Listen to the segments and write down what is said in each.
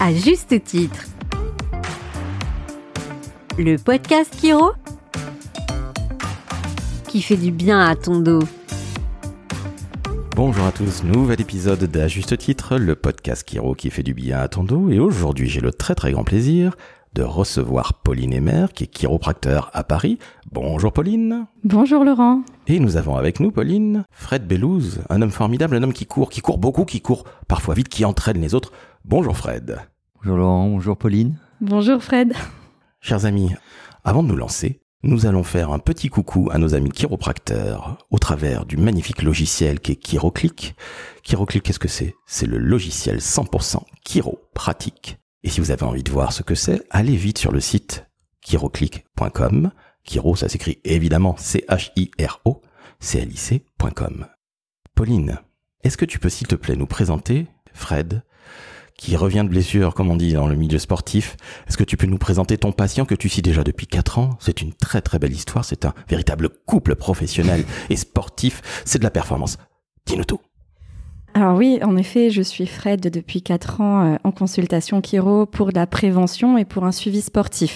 à juste titre. Le podcast Chiro qui fait du bien à ton dos. Bonjour à tous, nouvel épisode d'À juste titre, le podcast Chiro qui fait du bien à ton dos. Et aujourd'hui, j'ai le très grand plaisir de recevoir Pauline Emer, qui est chiropracteur à Paris. Bonjour Pauline. Bonjour Laurent. Et nous avons avec nous, Pauline, Fred Bellouze, un homme formidable, un homme qui court beaucoup, qui court parfois vite, qui entraîne les autres. Bonjour Fred. Bonjour Laurent, bonjour Pauline. Bonjour Fred. Chers amis, avant de nous lancer, nous allons faire un petit coucou à nos amis chiropracteurs au travers du magnifique logiciel qui est ChiroClick. ChiroClick, qu'est-ce que c'est ? C'est le logiciel 100% chiropratique. Et si vous avez envie de voir ce que c'est, allez vite sur le site chiroclick.com. Chiro, ça s'écrit évidemment CHIRO, CLIC.com. Pauline, est-ce que tu peux s'il te plaît nous présenter Fred, qui revient de blessure, comme on dit dans le milieu sportif? Est-ce que tu peux nous présenter ton patient que tu suis déjà depuis 4 ans? C'est une très belle histoire, c'est un véritable couple professionnel et sportif, c'est de la performance. Dis-nous tout. Alors oui, en effet, je suis Fred depuis 4 ans en consultation chiro pour de la prévention et pour un suivi sportif.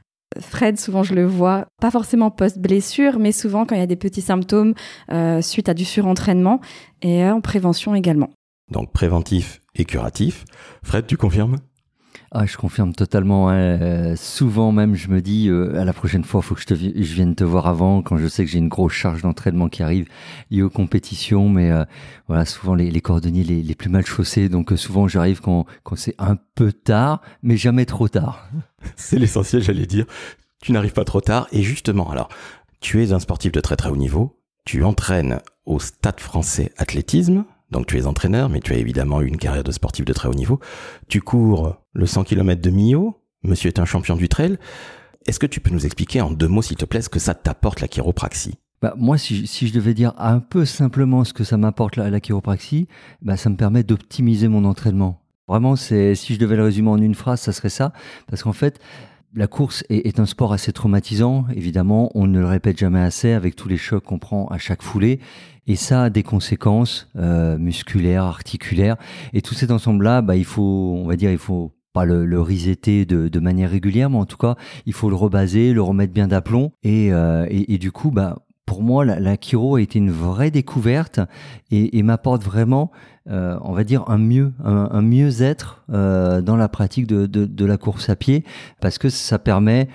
Fred, souvent je le vois, pas forcément post-blessure, mais souvent quand il y a des petits symptômes suite à du surentraînement et en prévention également. Donc préventif et curatif. Fred, tu confirmes ? Ah, je confirme totalement. Souvent même, je me dis, à la prochaine fois, il faut que je vienne te voir avant, quand je sais que j'ai une grosse charge d'entraînement qui arrive liée aux compétitions. Mais voilà, souvent les cordonniers les plus mal chaussés. Donc souvent, j'arrive quand c'est un peu tard, mais jamais trop tard. C'est l'essentiel, j'allais dire. Tu n'arrives pas trop tard. Et justement, alors, tu es un sportif de très haut niveau. Tu entraînes au Stade Français Athlétisme. Donc tu es entraîneur, mais tu as évidemment eu une carrière de sportif de très haut niveau. Tu cours le 100 km de Millau. Monsieur est un champion du trail. Est-ce que tu peux nous expliquer en 2 mots, s'il te plaît, ce que ça t'apporte la chiropraxie ? Moi, si je devais dire un peu simplement ce que ça m'apporte la chiropraxie, ça me permet d'optimiser mon entraînement. Vraiment, si je devais le résumer en une phrase, ça serait ça. Parce qu'en fait, la course est un sport assez traumatisant. Évidemment, on ne le répète jamais assez avec tous les chocs qu'on prend à chaque foulée. Et ça a des conséquences musculaires, articulaires. Et tout cet ensemble-là, il faut pas le resetter de manière régulière, mais en tout cas, il faut le rebaser, le remettre bien d'aplomb. Et du coup, pour moi, la chiro a été une vraie découverte et m'apporte vraiment, on va dire, un mieux-être dans la pratique de la course à pied, parce que ça permet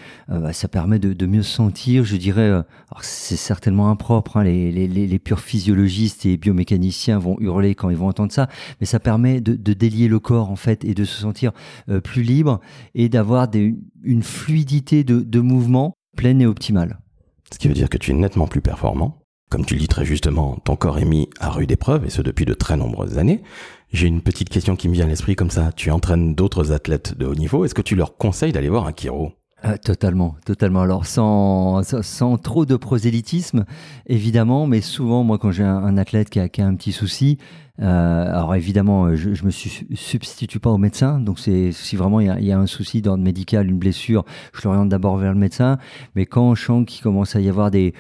de mieux se sentir, je dirais. Alors c'est certainement impropre, hein, les purs physiologistes et biomécaniciens vont hurler quand ils vont entendre ça, mais ça permet de délier le corps en fait et de se sentir plus libre et d'avoir une fluidité de mouvement pleine et optimale. Ce qui veut dire que tu es nettement plus performant. Comme tu le dis très justement, ton corps est mis à rude épreuve, et ce depuis de très nombreuses années. J'ai une petite question qui me vient à l'esprit comme ça. Tu entraînes d'autres athlètes de haut niveau. Est-ce que tu leur conseilles d'aller voir un chiro ? Totalement. Alors sans trop de prosélytisme, évidemment, mais souvent, moi, quand j'ai un athlète qui a un petit souci, alors évidemment, je me substitue pas au médecin. Donc si vraiment il y a un souci d'ordre médical, une blessure, je l'oriente d'abord vers le médecin. Mais quand je sens qu'il commence à y avoir des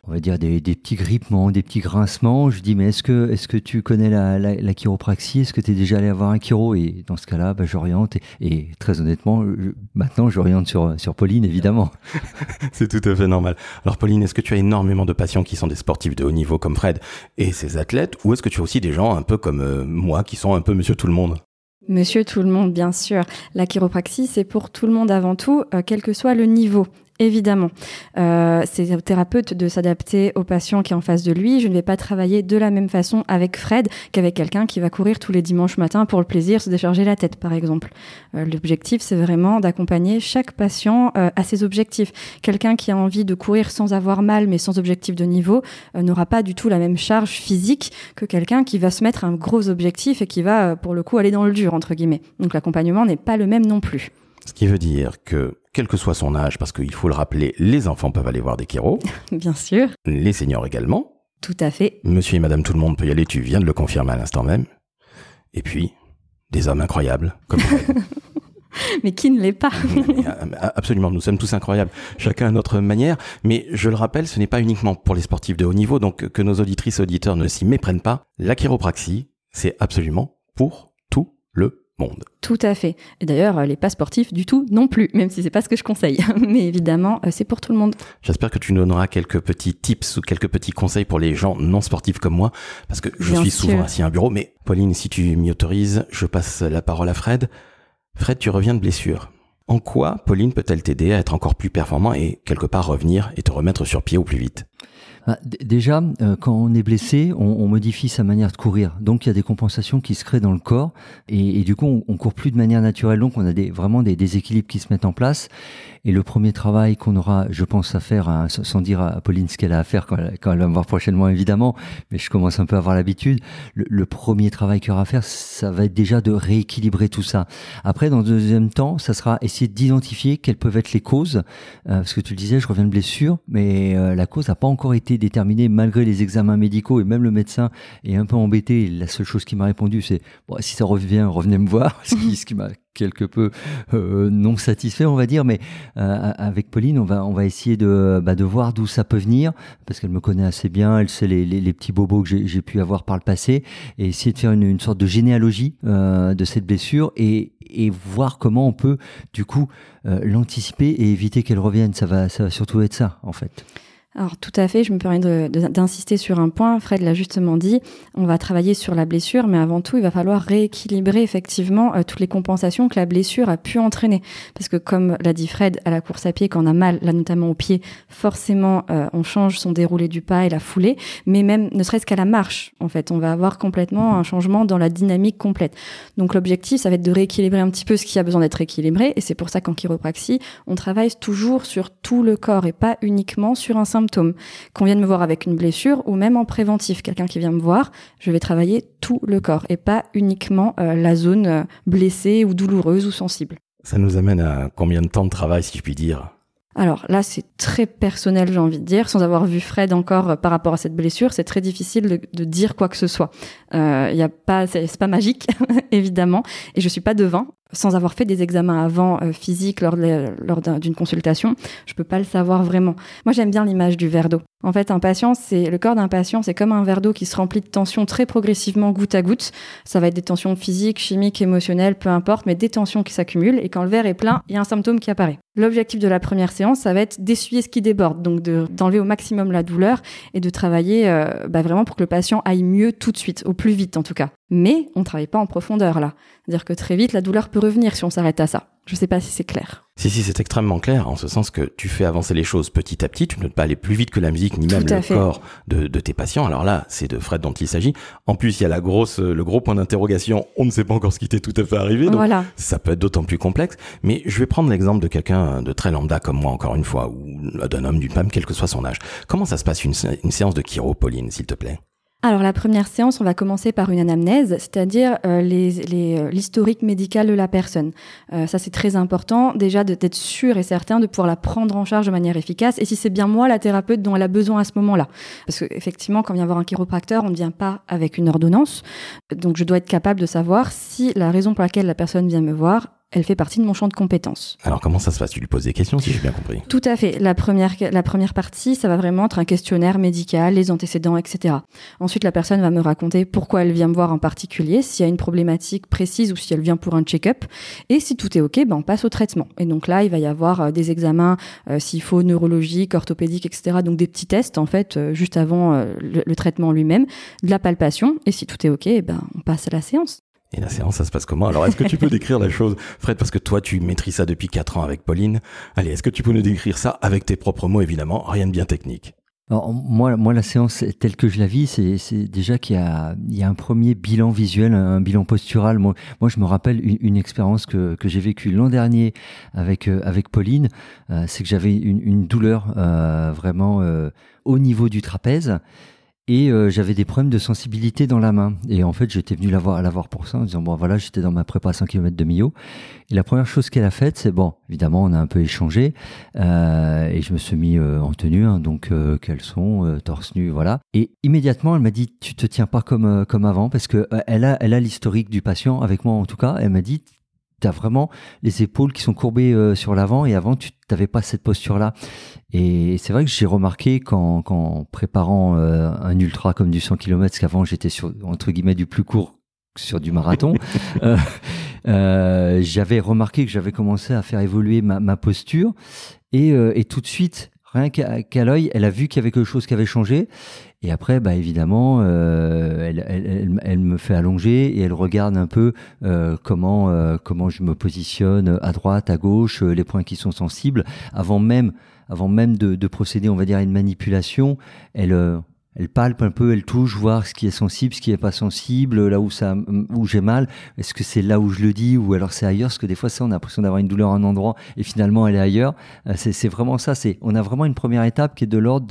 petits grippements, des petits grincements, je dis mais est-ce que tu connais la chiropraxie? Est-ce que tu es déjà allé avoir un chiro? Et dans ce cas-là, j'oriente et très honnêtement, maintenant j'oriente sur Pauline évidemment. C'est tout à fait normal. Alors Pauline, est-ce que tu as énormément de patients qui sont des sportifs de haut niveau comme Fred et ses athlètes, ou est-ce que tu as aussi des gens un peu comme moi qui sont un peu monsieur tout le monde? Monsieur tout le monde, bien sûr. La chiropraxie, c'est pour tout le monde avant tout, quel que soit le niveau. Évidemment, c'est au thérapeute de s'adapter au patient qui est en face de lui. Je ne vais pas travailler de la même façon avec Fred qu'avec quelqu'un qui va courir tous les dimanches matins pour le plaisir, se décharger la tête par exemple. L'objectif, c'est vraiment d'accompagner chaque patient à ses objectifs. Quelqu'un qui a envie de courir sans avoir mal mais sans objectif de niveau n'aura pas du tout la même charge physique que quelqu'un qui va se mettre un gros objectif et qui va pour le coup aller dans le dur entre guillemets. Donc l'accompagnement n'est pas le même non plus. Ce qui veut dire que, quel que soit son âge, parce qu'il faut le rappeler, les enfants peuvent aller voir des chiros. Bien sûr. Les seniors également. Tout à fait. Monsieur et madame tout le monde peut y aller, tu viens de le confirmer à l'instant même. Et puis, des hommes incroyables, comme Fred. Mais qui ne l'est pas? Absolument, nous sommes tous incroyables, chacun à notre manière. Mais je le rappelle, ce n'est pas uniquement pour les sportifs de haut niveau, donc que nos auditrices et auditeurs ne s'y méprennent pas. La chiropraxie, c'est absolument pour tout le monde. Tout à fait. Et d'ailleurs, les pas sportifs du tout non plus, même si c'est pas ce que je conseille. Mais évidemment, c'est pour tout le monde. J'espère que tu nous donneras quelques petits tips ou quelques petits conseils pour les gens non sportifs comme moi, parce que je suis souvent assis à un bureau. Mais Pauline, si tu m'y autorises, je passe la parole à Fred. Fred, tu reviens de blessure. En quoi Pauline peut-elle t'aider à être encore plus performant et quelque part revenir et te remettre sur pied au plus vite ? Déjà, quand on est blessé, on modifie sa manière de courir. Donc, il y a des compensations qui se créent dans le corps et du coup, on court plus de manière naturelle. Donc, on a vraiment des déséquilibres qui se mettent en place. Et le premier travail qu'on aura, je pense, à faire, sans dire à Pauline ce qu'elle a à faire quand elle va me voir prochainement, évidemment, mais je commence un peu à avoir l'habitude. Le premier travail qu'il y aura à faire, ça va être déjà de rééquilibrer tout ça. Après, dans le deuxième temps, ça sera essayer d'identifier quelles peuvent être les causes. Parce que tu le disais, je reviens de blessure, mais la cause n'a pas encore été déterminée malgré les examens médicaux et même le médecin est un peu embêté. La seule chose qu'il m'a répondu, c'est bon, si ça revient, revenez me voir, ce qui m'a quelque peu non satisfait, on va dire, mais avec Pauline, on va essayer de voir d'où ça peut venir, parce qu'elle me connaît assez bien, elle sait les petits bobos que j'ai pu avoir par le passé, et essayer de faire une sorte de généalogie de cette blessure et voir comment on peut du coup l'anticiper et éviter qu'elle revienne. Ça va surtout être ça, en fait. Alors tout à fait, je me permets d'insister sur un point, Fred l'a justement dit, on va travailler sur la blessure, mais avant tout il va falloir rééquilibrer effectivement toutes les compensations que la blessure a pu entraîner. Parce que comme l'a dit Fred, à la course à pied, quand on a mal, là notamment au pied, forcément on change son déroulé du pas et la foulée, mais même ne serait-ce qu'à la marche, en fait, on va avoir complètement un changement dans la dynamique complète. Donc l'objectif, ça va être de rééquilibrer un petit peu ce qui a besoin d'être équilibré, et c'est pour ça qu'en chiropraxie, on travaille toujours sur tout le corps et pas uniquement sur un symptôme. Qu'on vienne me voir avec une blessure ou même en préventif, quelqu'un qui vient me voir, je vais travailler tout le corps et pas uniquement la zone blessée ou douloureuse ou sensible. Ça nous amène à combien de temps de travail, si je puis dire ? Alors là, c'est très personnel, j'ai envie de dire. Sans avoir vu Fred encore par rapport à cette blessure, c'est très difficile de dire quoi que ce soit. C'est pas magique, évidemment, et je suis pas devin. Sans avoir fait des examens avant physiques lors d'une consultation, je peux pas le savoir vraiment. Moi, j'aime bien l'image du verre d'eau. En fait, le corps d'un patient, c'est comme un verre d'eau qui se remplit de tensions très progressivement, goutte à goutte. Ça va être des tensions physiques, chimiques, émotionnelles, peu importe, mais des tensions qui s'accumulent. Et quand le verre est plein, il y a un symptôme qui apparaît. L'objectif de la première séance, ça va être d'essuyer ce qui déborde, donc d'enlever au maximum la douleur et de travailler vraiment pour que le patient aille mieux tout de suite, au plus vite en tout cas. Mais on ne travaille pas en profondeur là. C'est-à-dire que très vite, la douleur peut revenir si on s'arrête à ça. Je ne sais pas si c'est clair. Si, c'est extrêmement clair, en ce sens que tu fais avancer les choses petit à petit, tu ne peux pas aller plus vite que la musique, ni même le corps de tes patients. Alors là, c'est de Fred dont il s'agit. En plus, il y a le gros point d'interrogation, on ne sait pas encore ce qui t'est tout à fait arrivé, donc voilà. Ça peut être d'autant plus complexe. Mais je vais prendre l'exemple de quelqu'un de très lambda comme moi, encore une fois, ou d'un homme, d'une femme, quel que soit son âge. Comment ça se passe une séance de chiro, Pauline, s'il te plaît ? Alors la première séance, on va commencer par une anamnèse, c'est-à-dire l'historique médical de la personne. Ça c'est très important, déjà d'être sûr et certain de pouvoir la prendre en charge de manière efficace, et si c'est bien moi la thérapeute dont elle a besoin à ce moment-là. Parce que effectivement, quand on vient voir un chiropracteur, on ne vient pas avec une ordonnance, donc je dois être capable de savoir si la raison pour laquelle la personne vient me voir, elle fait partie de mon champ de compétences. Alors comment ça se passe ? Tu lui poses des questions, si j'ai bien compris. Tout à fait. La première partie, ça va vraiment être un questionnaire médical, les antécédents, etc. Ensuite, la personne va me raconter pourquoi elle vient me voir en particulier, s'il y a une problématique précise ou si elle vient pour un check-up. Et si tout est OK, on passe au traitement. Et donc là, il va y avoir des examens, s'il faut, neurologiques, orthopédiques, etc. Donc des petits tests, en fait, juste avant le traitement lui-même, de la palpation. Et si tout est OK, on passe à la séance. Et la séance, ça se passe comment ? Alors, est-ce que tu peux décrire la chose, Fred, parce que toi, tu maîtrises ça depuis 4 ans avec Pauline. Allez, est-ce que tu peux nous décrire ça avec tes propres mots, évidemment, rien de bien technique ? Alors, moi, la séance telle que je la vis, c'est déjà qu'il y a un premier bilan visuel, un bilan postural. Moi, je me rappelle une expérience que j'ai vécue l'an dernier avec Pauline. C'est que j'avais une douleur vraiment au niveau du trapèze. Et j'avais des problèmes de sensibilité dans la main. Et en fait, j'étais venu la voir pour ça, en disant, bon, voilà, j'étais dans ma prépa 100 km de Millau. Et la première chose qu'elle a faite, c'est, bon, évidemment, on a un peu échangé. Et je me suis mis en tenue, donc caleçon, torse nu, voilà. Et immédiatement, elle m'a dit, tu te tiens pas comme avant, parce que elle a l'historique du patient, avec moi en tout cas. Elle m'a dit, tu as vraiment les épaules qui sont courbées sur l'avant, et avant, tu n'avais pas cette posture-là. Et c'est vrai que j'ai remarqué qu'en préparant un ultra comme du 100 km, parce qu'avant j'étais sur, entre guillemets, du plus court sur du marathon, j'avais remarqué que j'avais commencé à faire évoluer ma posture et tout de suite, rien qu'à l'œil, elle a vu qu'il y avait quelque chose qui avait changé. Et après, évidemment, elle me fait allonger et elle regarde un peu comment je me positionne à droite, à gauche, les points qui sont sensibles. Avant même de procéder, on va dire, à une manipulation, elle palpe un peu, elle touche, voir ce qui est sensible, ce qui est pas sensible, là où j'ai mal. Est-ce que c'est là où je le dis ou alors c'est ailleurs? Parce que des fois, on a l'impression d'avoir une douleur à un endroit et finalement elle est ailleurs. C'est vraiment ça. On a vraiment une première étape qui est de l'ordre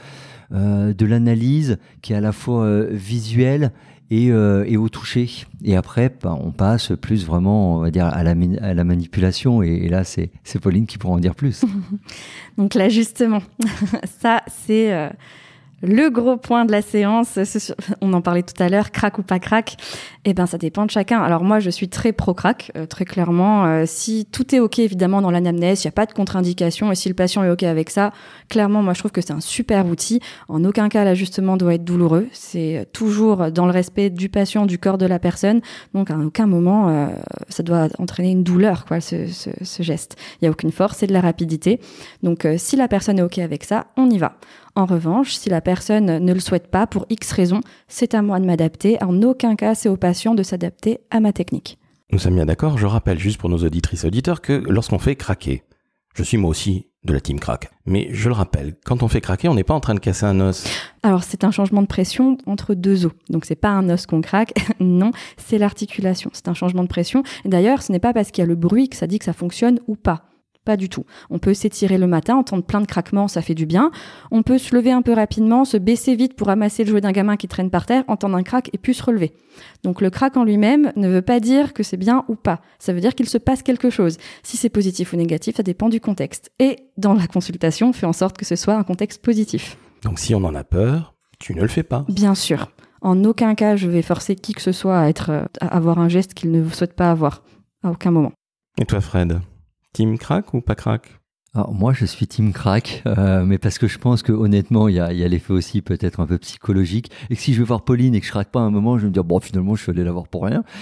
de l'analyse, qui est à la fois visuelle et au toucher. Et après, on passe plus vraiment, on va dire, à la manipulation. Et là, c'est Pauline qui pourra en dire plus. Donc là, justement, ça, c'est le gros point de la séance. On en parlait tout à l'heure, crack ou pas crack. Ça dépend de chacun. Alors moi, je suis très pro-crack, très clairement. Si tout est OK, évidemment, dans l'anamnèse, il n'y a pas de contre-indication. Et si le patient est OK avec ça, clairement, moi, je trouve que c'est un super outil. En aucun cas, l'ajustement doit être douloureux. C'est toujours dans le respect du patient, du corps de la personne. Donc, à aucun moment, ça doit entraîner une douleur, ce geste. Il n'y a aucune force, c'est de la rapidité. Donc, si la personne est OK avec ça, on y va. En revanche, si la personne ne le souhaite pas, pour X raisons, c'est à moi de m'adapter. En aucun cas, c'est au patient de s'adapter à ma technique. Nous sommes bien d'accord. Je rappelle juste pour nos auditrices et auditeurs que lorsqu'on fait craquer, je suis moi aussi de la team crack, mais je le rappelle, quand on fait craquer, on n'est pas en train de casser un os. Alors, c'est un changement de pression entre deux os. Donc, c'est pas un os qu'on craque. Non, c'est l'articulation. C'est un changement de pression. Et d'ailleurs, ce n'est pas parce qu'il y a le bruit que ça dit que ça fonctionne ou pas. Pas du tout. On peut s'étirer le matin, entendre plein de craquements, ça fait du bien. On peut se lever un peu rapidement, se baisser vite pour ramasser le jouet d'un gamin qui traîne par terre, entendre un crack et puis se relever. Donc le crack en lui-même ne veut pas dire que c'est bien ou pas. Ça veut dire qu'il se passe quelque chose. Si c'est positif ou négatif, ça dépend du contexte. Et dans la consultation, on fait en sorte que ce soit un contexte positif. Donc si on en a peur, tu ne le fais pas. Bien sûr. En aucun cas, je vais forcer qui que ce soit à avoir un geste qu'il ne souhaite pas avoir. À aucun moment. Et toi, Fred ? Team crack ou pas crack? Alors moi je suis team crack, mais parce que je pense que honnêtement il y a l'effet aussi peut-être un peu psychologique, et que si je vais voir Pauline et que je craque pas à un moment, je vais me dire finalement je suis allé la voir pour rien.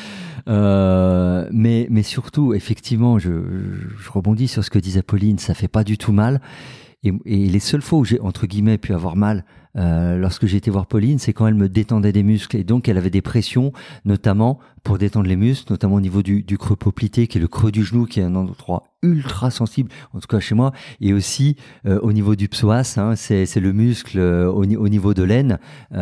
Mais surtout effectivement je rebondis sur ce que disait Pauline, ça fait pas du tout mal. Et les seules fois où j'ai entre guillemets pu avoir mal lorsque j'ai été voir Pauline, c'est quand elle me détendait des muscles, et donc elle avait des pressions notamment pour détendre les muscles, notamment au niveau du creux poplité, qui est le creux du genou, qui est un endroit ultra sensible, en tout cas chez moi, et aussi au niveau du psoas, c'est le muscle au niveau de l'aine,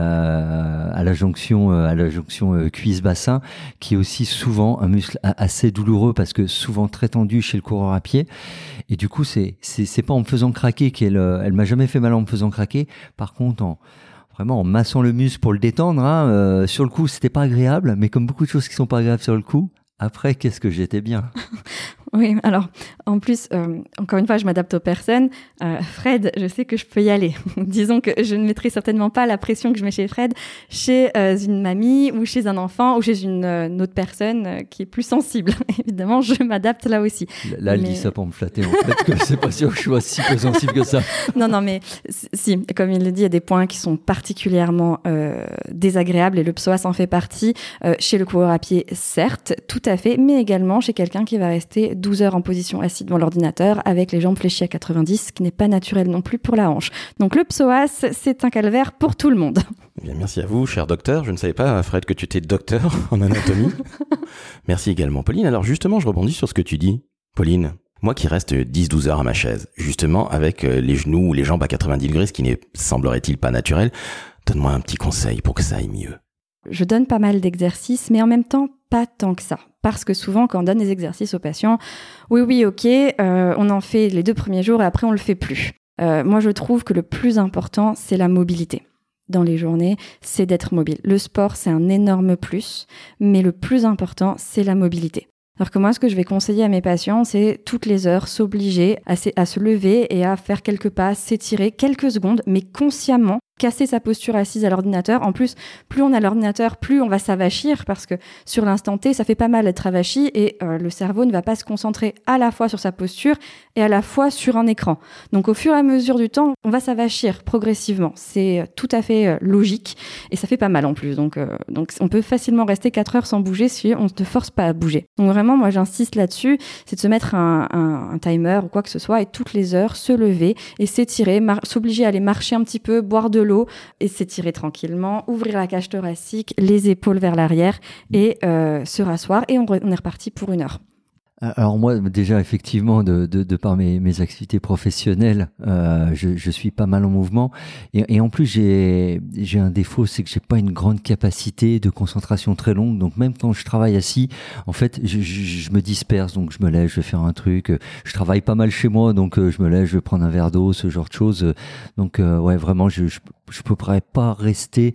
à la jonction cuisse-bassin, qui est aussi souvent un muscle assez douloureux parce que souvent très tendu chez le coureur à pied. Et du coup, c'est pas en me faisant craquer elle m'a jamais fait mal en me faisant craquer. Par contre, vraiment en massant le muscle pour le détendre, sur le coup, c'était pas agréable, mais comme beaucoup de choses qui sont pas agréables sur le coup, après, qu'est-ce que j'étais bien. Oui, alors, en plus, encore une fois, je m'adapte aux personnes. Fred, je sais que je peux y aller. Disons que je ne mettrai certainement pas la pression que je mets chez Fred chez une mamie ou chez un enfant ou chez une autre personne qui est plus sensible. Évidemment, je m'adapte là aussi. Là, elle dit ça pour me flatter, en fait, que c'est pas sûr que je sois si peu sensible que ça. Non, mais si, comme il le dit, il y a des points qui sont particulièrement désagréables et le psoas en fait partie. Chez le coureur à pied, certes, tout à fait, mais également chez quelqu'un qui va rester 12 heures en position assise devant l'ordinateur avec les jambes fléchies à 90, ce qui n'est pas naturel non plus pour la hanche. Donc le psoas, c'est un calvaire pour tout le monde. Eh bien, merci à vous, cher docteur. Je ne savais pas, Fred, que tu étais docteur en anatomie. Merci également, Pauline. Alors justement, je rebondis sur ce que tu dis. Pauline, moi qui reste 10-12 heures à ma chaise, justement avec les genoux ou les jambes à 90 degrés, ce qui n'est, semblerait-il, pas naturel, donne-moi un petit conseil pour que ça aille mieux. Je donne pas mal d'exercices, mais en même temps, pas tant que ça. Parce que souvent, quand on donne des exercices aux patients, oui, ok, on en fait les 2 premiers jours et après, on le fait plus. Moi, je trouve que le plus important, c'est la mobilité. Dans les journées, c'est d'être mobile. Le sport, c'est un énorme plus, mais le plus important, c'est la mobilité. Alors que moi, ce que je vais conseiller à mes patients, c'est toutes les heures s'obliger à se lever et à faire quelques pas, s'étirer quelques secondes, mais consciemment, casser sa posture assise à l'ordinateur. En plus, plus on a l'ordinateur, plus on va s'avachir parce que sur l'instant T, ça fait pas mal d'être avachi et le cerveau ne va pas se concentrer à la fois sur sa posture et à la fois sur un écran. Donc au fur et à mesure du temps, on va s'avachir progressivement. C'est tout à fait logique et ça fait pas mal en plus. Donc on peut facilement rester 4 heures sans bouger si on ne te force pas à bouger. Donc vraiment, moi j'insiste là-dessus, c'est de se mettre un timer ou quoi que ce soit et toutes les heures se lever et s'étirer, s'obliger à aller marcher un petit peu, boire de l'eau et s'étirer tranquillement, ouvrir la cage thoracique, les épaules vers l'arrière et se rasseoir et on est reparti pour 1 heure. Alors moi, déjà, effectivement, de par mes activités professionnelles, je suis pas mal en mouvement. Et en plus, j'ai un défaut, c'est que j'ai pas une grande capacité de concentration très longue. Donc même quand je travaille assis, en fait, je me disperse. Donc je me lève, je vais faire un truc. Je travaille pas mal chez moi, donc je me lève, je vais prendre un verre d'eau, ce genre de choses. Donc ouais, vraiment, je pourrais pas rester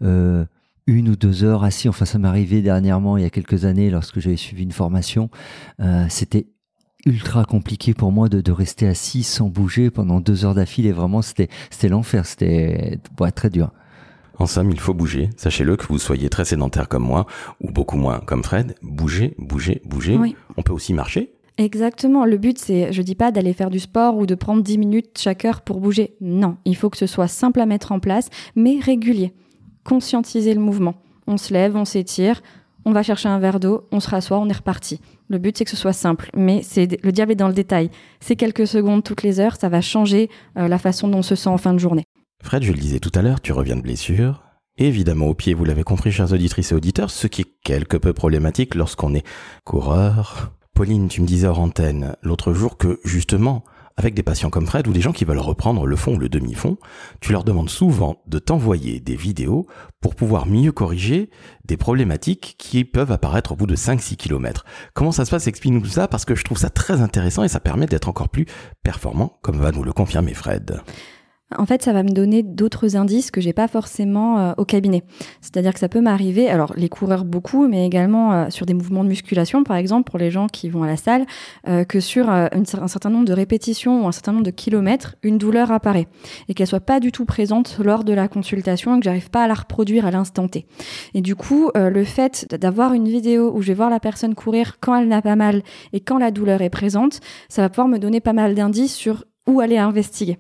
1 ou 2 heures assis. Enfin, ça m'est arrivé dernièrement, il y a quelques années, lorsque j'avais suivi une formation. C'était ultra compliqué pour moi de rester assis sans bouger pendant 2 heures d'affilée. Vraiment, c'était l'enfer. C'était très dur. En somme, il faut bouger. Sachez-le, que vous soyez très sédentaire comme moi ou beaucoup moins comme Fred. Bougez. Oui. On peut aussi marcher. Exactement. Le but, c'est, je dis pas d'aller faire du sport ou de prendre 10 minutes chaque heure pour bouger. Non, il faut que ce soit simple à mettre en place, mais régulier. Conscientiser le mouvement. On se lève, on s'étire, on va chercher un verre d'eau, on se rassoit, on est reparti. Le but, c'est que ce soit simple, mais le diable est dans le détail. C'est quelques secondes toutes les heures, ça va changer la façon dont on se sent en fin de journée. Fred, je le disais tout à l'heure, tu reviens de blessure. Évidemment au pied, vous l'avez compris, chers auditrices et auditeurs, ce qui est quelque peu problématique lorsqu'on est coureur. Pauline, tu me disais hors antenne l'autre jour que justement, avec des patients comme Fred ou des gens qui veulent reprendre le fond ou le demi-fond, tu leur demandes souvent de t'envoyer des vidéos pour pouvoir mieux corriger des problématiques qui peuvent apparaître au bout de 5-6 km. Comment ça se passe? Explique-nous ça, parce que je trouve ça très intéressant et ça permet d'être encore plus performant, comme va nous le confirmer Fred. En fait, ça va me donner d'autres indices que j'ai pas forcément au cabinet. C'est-à-dire que ça peut m'arriver, alors les coureurs beaucoup, mais également sur des mouvements de musculation, par exemple, pour les gens qui vont à la salle, que sur un certain nombre de répétitions ou un certain nombre de kilomètres, une douleur apparaît et qu'elle soit pas du tout présente lors de la consultation et que j'arrive pas à la reproduire à l'instant T. Et du coup, le fait d'avoir une vidéo où je vais voir la personne courir quand elle n'a pas mal et quand la douleur est présente, ça va pouvoir me donner pas mal d'indices sur où aller investiguer.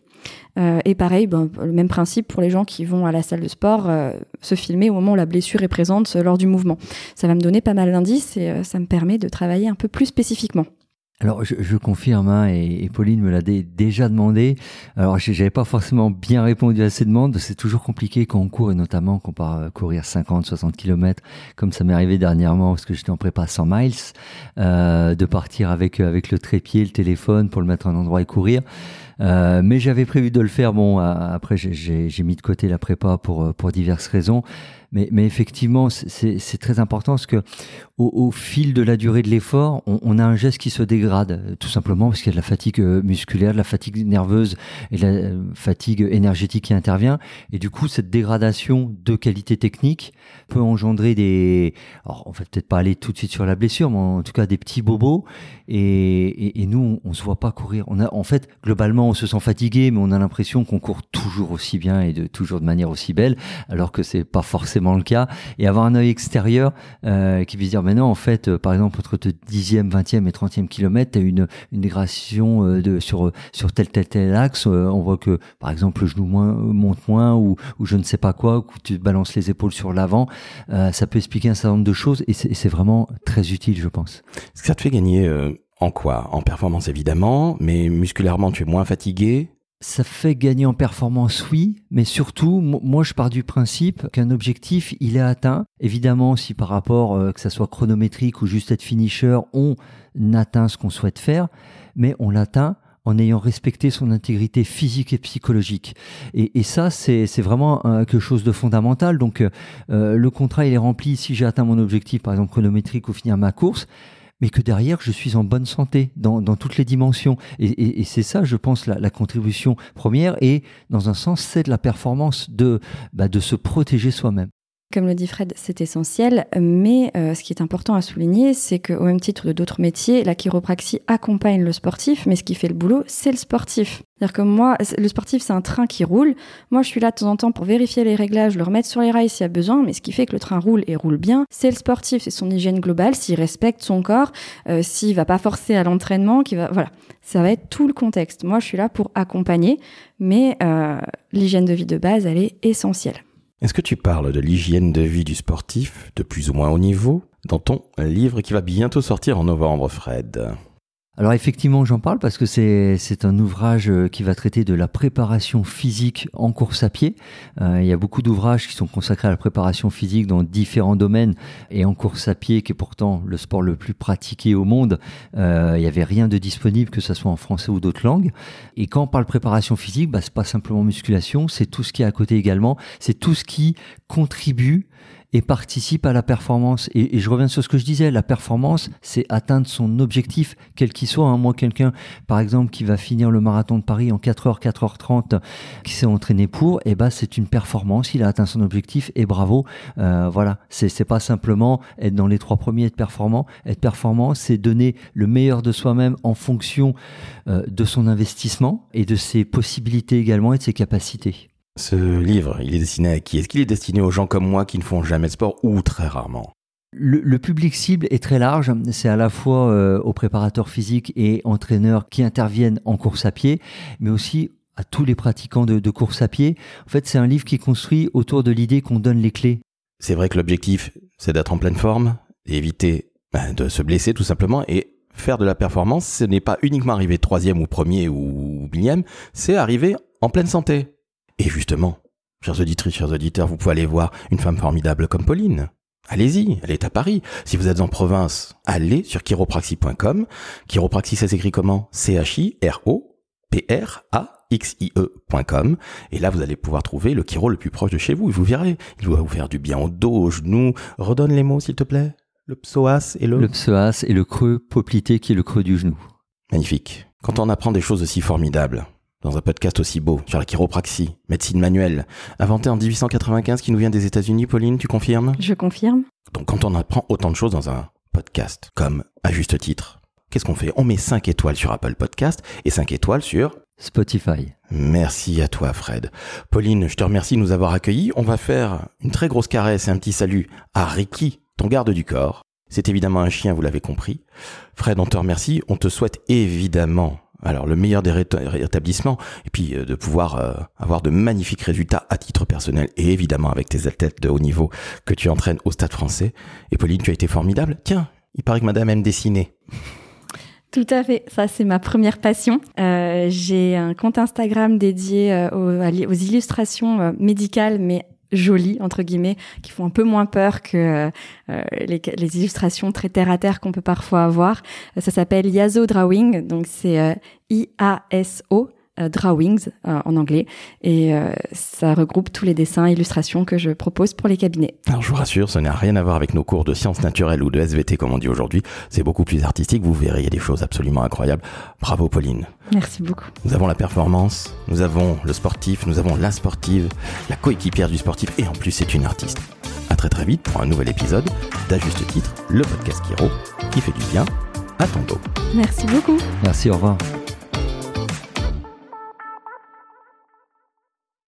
Et pareil, le même principe pour les gens qui vont à la salle de sport, se filmer au moment où la blessure est présente lors du mouvement. Ça va me donner pas mal d'indices et ça me permet de travailler un peu plus spécifiquement. Alors, je confirme, et Pauline me l'a déjà demandé. Alors, j'avais pas forcément bien répondu à ces demandes. C'est toujours compliqué quand on court, et notamment quand on part courir 50, 60 km, comme ça m'est arrivé dernièrement, parce que j'étais en prépa 100 miles, de partir avec le trépied, le téléphone, pour le mettre à un endroit et courir. Mais j'avais prévu de le faire. Bon, après, j'ai mis de côté la prépa pour diverses raisons. Mais effectivement, c'est très important parce que au fil de la durée de l'effort, on a un geste qui se dégrade, tout simplement parce qu'il y a de la fatigue musculaire, de la fatigue nerveuse et de la fatigue énergétique qui intervient. Et du coup, cette dégradation de qualité technique peut engendrer alors on va peut-être pas aller tout de suite sur la blessure, mais en tout cas des petits bobos. Et nous, on se voit pas courir. En fait, globalement, on se sent fatigué, mais on a l'impression qu'on court toujours aussi bien et toujours de manière aussi belle, alors que c'est pas forcément le cas. Et avoir un œil extérieur qui puisse dire, mais non, en fait, par exemple, entre le 10e, 20e et 30e kilomètre, tu as une dégradation sur tel axe. On voit que, par exemple, le genou monte moins ou je ne sais pas quoi, ou que tu balances les épaules sur l'avant. Ça peut expliquer un certain nombre de choses et c'est vraiment très utile, je pense. Est-ce que ça te fait gagner en quoi? En performance, évidemment, mais musculairement, tu es moins fatigué? Ça fait gagner en performance, oui, mais surtout, moi je pars du principe qu'un objectif, il est atteint. Évidemment, si par rapport, que ça soit chronométrique ou juste être finisher, on atteint ce qu'on souhaite faire, mais on l'atteint en ayant respecté son intégrité physique et psychologique. Et ça, c'est vraiment quelque chose de fondamental. Donc, le contrat, il est rempli si j'ai atteint mon objectif, par exemple chronométrique ou finir ma course, mais que derrière, je suis en bonne santé dans toutes les dimensions. Et c'est ça, je pense, la contribution première. Et dans un sens, c'est de la performance de se protéger soi-même. Comme le dit Fred, c'est essentiel, mais ce qui est important à souligner, c'est qu'au même titre de d'autres métiers, la chiropraxie accompagne le sportif, mais ce qui fait le boulot, c'est le sportif. C'est-à-dire que moi, le sportif, c'est un train qui roule. Moi, je suis là de temps en temps pour vérifier les réglages, le remettre sur les rails s'il y a besoin, mais ce qui fait que le train roule et roule bien, c'est le sportif, c'est son hygiène globale, s'il respecte son corps, s'il va pas forcer à l'entraînement, voilà. Ça va être tout le contexte. Moi, je suis là pour accompagner, mais l'hygiène de vie de base, elle est essentielle. Est-ce que tu parles de l'hygiène de vie du sportif, de plus ou moins haut niveau, dans ton livre qui va bientôt sortir en novembre, Fred ? Alors effectivement, j'en parle parce que c'est un ouvrage qui va traiter de la préparation physique en course à pied. Il y a beaucoup d'ouvrages qui sont consacrés à la préparation physique dans différents domaines. Et en course à pied, qui est pourtant le sport le plus pratiqué au monde, il n'y avait rien de disponible, que ce soit en français ou d'autres langues. Et quand on parle préparation physique, c'est pas simplement musculation, c'est tout ce qui est à côté également. C'est tout ce qui contribue et participe à la performance. Et je reviens sur ce que je disais, la performance, c'est atteindre son objectif, quel qu'il soit. Moi, quelqu'un, par exemple, qui va finir le marathon de Paris en 4h, 4h30, qui s'est entraîné pour, c'est une performance, il a atteint son objectif, et bravo. Voilà, c'est pas simplement être dans les 3 premiers, être performant. Être performant, c'est donner le meilleur de soi-même en fonction de son investissement et de ses possibilités également et de ses capacités. Ce livre, il est destiné à qui ? Est-ce qu'il est destiné aux gens comme moi qui ne font jamais de sport ou très rarement ? Le public cible est très large. C'est à la fois aux préparateurs physiques et entraîneurs qui interviennent en course à pied, mais aussi à tous les pratiquants de course à pied. En fait, c'est un livre qui est construit autour de l'idée qu'on donne les clés. C'est vrai que l'objectif, c'est d'être en pleine forme et éviter de se blesser tout simplement. Et faire de la performance, ce n'est pas uniquement arriver 3e ou 1er ou 1000e, c'est arriver en pleine santé. Et justement, chers auditrices, chers auditeurs, vous pouvez aller voir une femme formidable comme Pauline. Allez-y, elle est à Paris. Si vous êtes en province, allez sur chiropraxie.com. Chiropraxie, ça s'écrit comment ? CHIROPRAXIE.com. Et là, vous allez pouvoir trouver le chiro le plus proche de chez vous. Et vous verrez, il va vous faire du bien au dos, aux genoux. Redonne les mots, s'il te plaît. Le psoas et le psoas et le creux poplité qui est le creux du genou. Magnifique. Quand on apprend des choses aussi formidables, dans un podcast aussi beau, sur la chiropraxie, médecine manuelle, inventée en 1895 qui nous vient des États-Unis, Pauline, tu confirmes ? Je confirme. Donc quand on apprend autant de choses dans un podcast, comme à juste titre, qu'est-ce qu'on fait ? On met 5 étoiles sur Apple Podcast et 5 étoiles sur Spotify. Merci à toi, Fred. Pauline, je te remercie de nous avoir accueillis. On va faire une très grosse caresse et un petit salut à Ricky, ton garde du corps. C'est évidemment un chien, vous l'avez compris. Fred, on te remercie. On te souhaite évidemment le meilleur des rétablissements, et puis de pouvoir avoir de magnifiques résultats à titre personnel, et évidemment avec tes athlètes de haut niveau que tu entraînes au Stade Français. Et Pauline, tu as été formidable. Tiens, il paraît que madame aime dessiner. Tout à fait, ça c'est ma première passion. J'ai un compte Instagram dédié aux illustrations médicales, mais jolies, entre guillemets, qui font un peu moins peur que les illustrations très terre-à-terre qu'on peut parfois avoir. Ça s'appelle Yaso Drawing, donc c'est IASO Drawings en anglais, et ça regroupe tous les dessins et illustrations que je propose pour les cabinets. Alors je vous rassure, ce n'a rien à voir avec nos cours de sciences naturelles ou de SVT comme on dit aujourd'hui, c'est beaucoup plus artistique, vous verrez, il y a des choses absolument incroyables. Bravo Pauline. Merci beaucoup. Nous avons la performance, nous avons le sportif, nous avons la sportive, la coéquipière du sportif, et en plus c'est une artiste. À très très vite pour un nouvel épisode d'À juste titre, le podcast Chiro qui fait du bien à ton dos. Merci beaucoup. Merci, au revoir.